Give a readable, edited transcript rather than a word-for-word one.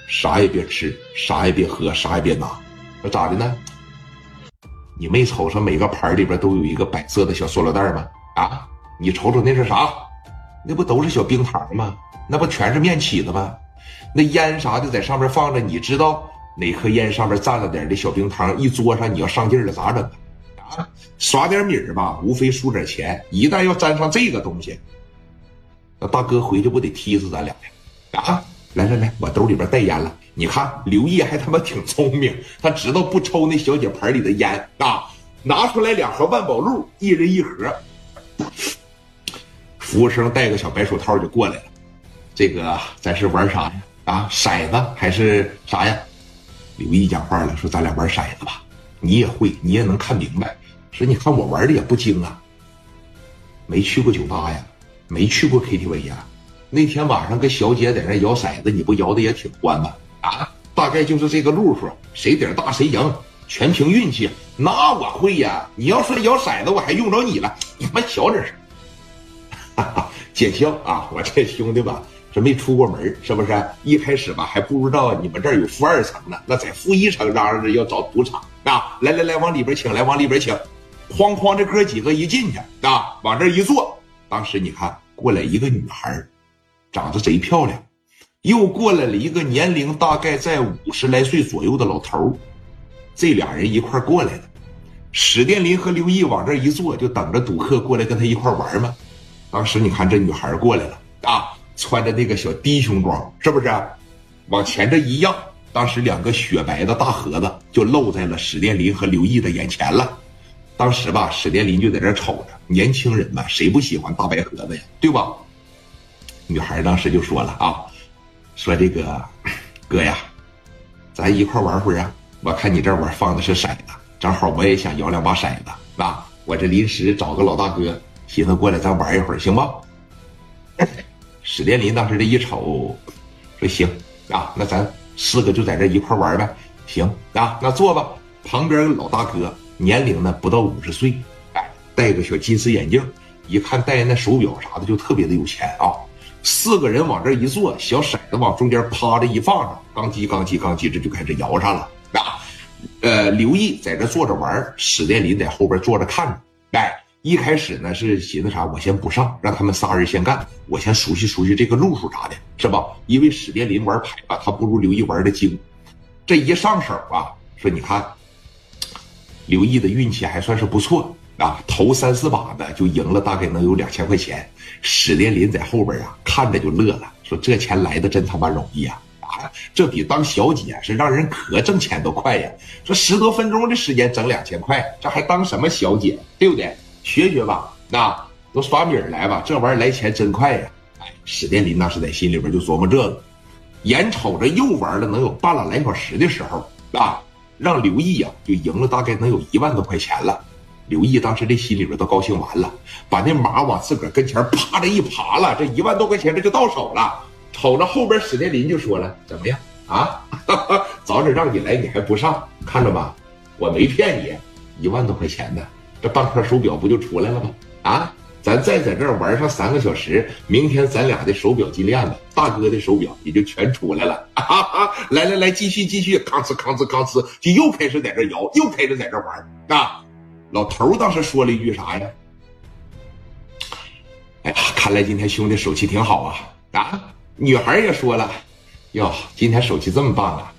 啥也别吃，啥也别喝，啥也别拿。那咋的呢？你没瞅上每个盘里边都有一个白色的小塑料袋吗？啊，你瞅瞅那是啥？那不都是小冰糖吗？那不全是面起子吗？那烟啥的在上面放着，你知道哪颗烟上面蘸了点的小冰糖，一嘬上你要上劲了咋整啊？耍点米儿吧，无非输点钱，一旦要沾上这个东西，那大哥回去不得踢死咱俩呀？啊！来，我兜里边带烟了。你看刘毅还他妈挺聪明，他知道不抽那小姐盘里的烟啊，拿出来2盒万宝路，一人1盒。服务生戴个小白手套就过来了。这个咱是玩啥呀？啊，骰子还是啥呀？刘毅讲话了，说咱俩玩骰子吧，你也会，你也能看明白。说你看我玩的也不精啊，没去过酒吧呀，没去过 KTV 呀。那天晚上跟小姐在那摇骰子，你不摇的也挺欢吗？啊，大概就是这个路数，谁点大谁赢，全凭运气。那我会呀，你要说摇骰子，我还用着你了，你他妈小点声。哈哈，见笑啊，我这兄弟吧是没出过门，是不是？一开始吧还不知道你们这儿有负2层呢，那在负1层嚷嚷着要找赌场啊！来，往里边请，来往里边请。哐，这哥几个一进去啊，往这一坐，当时你看过来一个女孩。长得贼漂亮，又过来了一个年龄大概在50来岁左右的老头，这俩人一块过来的。史殿林和刘毅往这一坐，就等着赌客过来跟他一块玩嘛。当时你看这女孩过来了啊，穿着那个小低胸装，是不是？往前这一样，当时2个雪白的大盒子就露在了史殿林和刘毅的眼前了。当时吧，史殿林就在这瞅着，年轻人嘛，谁不喜欢大白盒子呀，对吧？女孩当时就说了啊，说这个哥呀，咱一块玩会儿啊，我看你这玩放的是骰子，正好我也想摇2把骰子啊，我这临时找个老大哥，寻思过来咱玩一会儿行吧？史殿林当时这一瞅，说行啊，那咱4个就在这一块玩呗，行啊，那坐吧。旁边老大哥年龄呢不到50岁，哎，戴个小近视眼镜，一看戴那手表啥的就特别的有钱啊。4个人往这一坐，小骰子往中间趴着一放上，钢叽，这就开始摇上了啊。刘毅在这坐着玩，史殿林在后边坐着看着。哎，一开始呢是寻思啥，我先不上，让他们仨人先干，我先熟悉这个路数啥的，是吧？因为史殿林玩牌吧，他不如刘毅玩的精。这一上手啊，说你看，刘毅的运气还算是不错。啊，头3、4把的就赢了，大概能有2000块钱。史殿林在后边啊，看着就乐了，说这钱来的真他妈容易啊！啊，这比当小姐是让人可挣钱都快呀！说10多分钟的时间挣2000块，这还当什么小姐，对不对？学学吧，那都耍米儿来吧，这玩意儿来钱真快呀！哎，史殿林当时在心里边就琢磨这个，眼瞅着又玩了能有半拉来小时的时候啊，让刘毅呀就赢了大概能有1万多块钱了。刘毅当时这心里边都高兴完了，把那马往自个儿跟前啪的一爬了，这1万多块钱这就到手了。瞅着后边史殿林就说了，怎么样啊？早点让你来你还不上，看着吧，我没骗你，1万多块钱呢，这半块手表不就出来了吗？啊，咱再在这儿玩上3个小时，明天咱俩的手表金链子，大哥的手表也就全出来了。来，继续，吭哧，就又开始在这摇，又开始在这玩啊。老头当时说了一句啥呀？哎呀，看来今天兄弟手气挺好啊！啊，女孩也说了，哟，今天手气这么棒啊！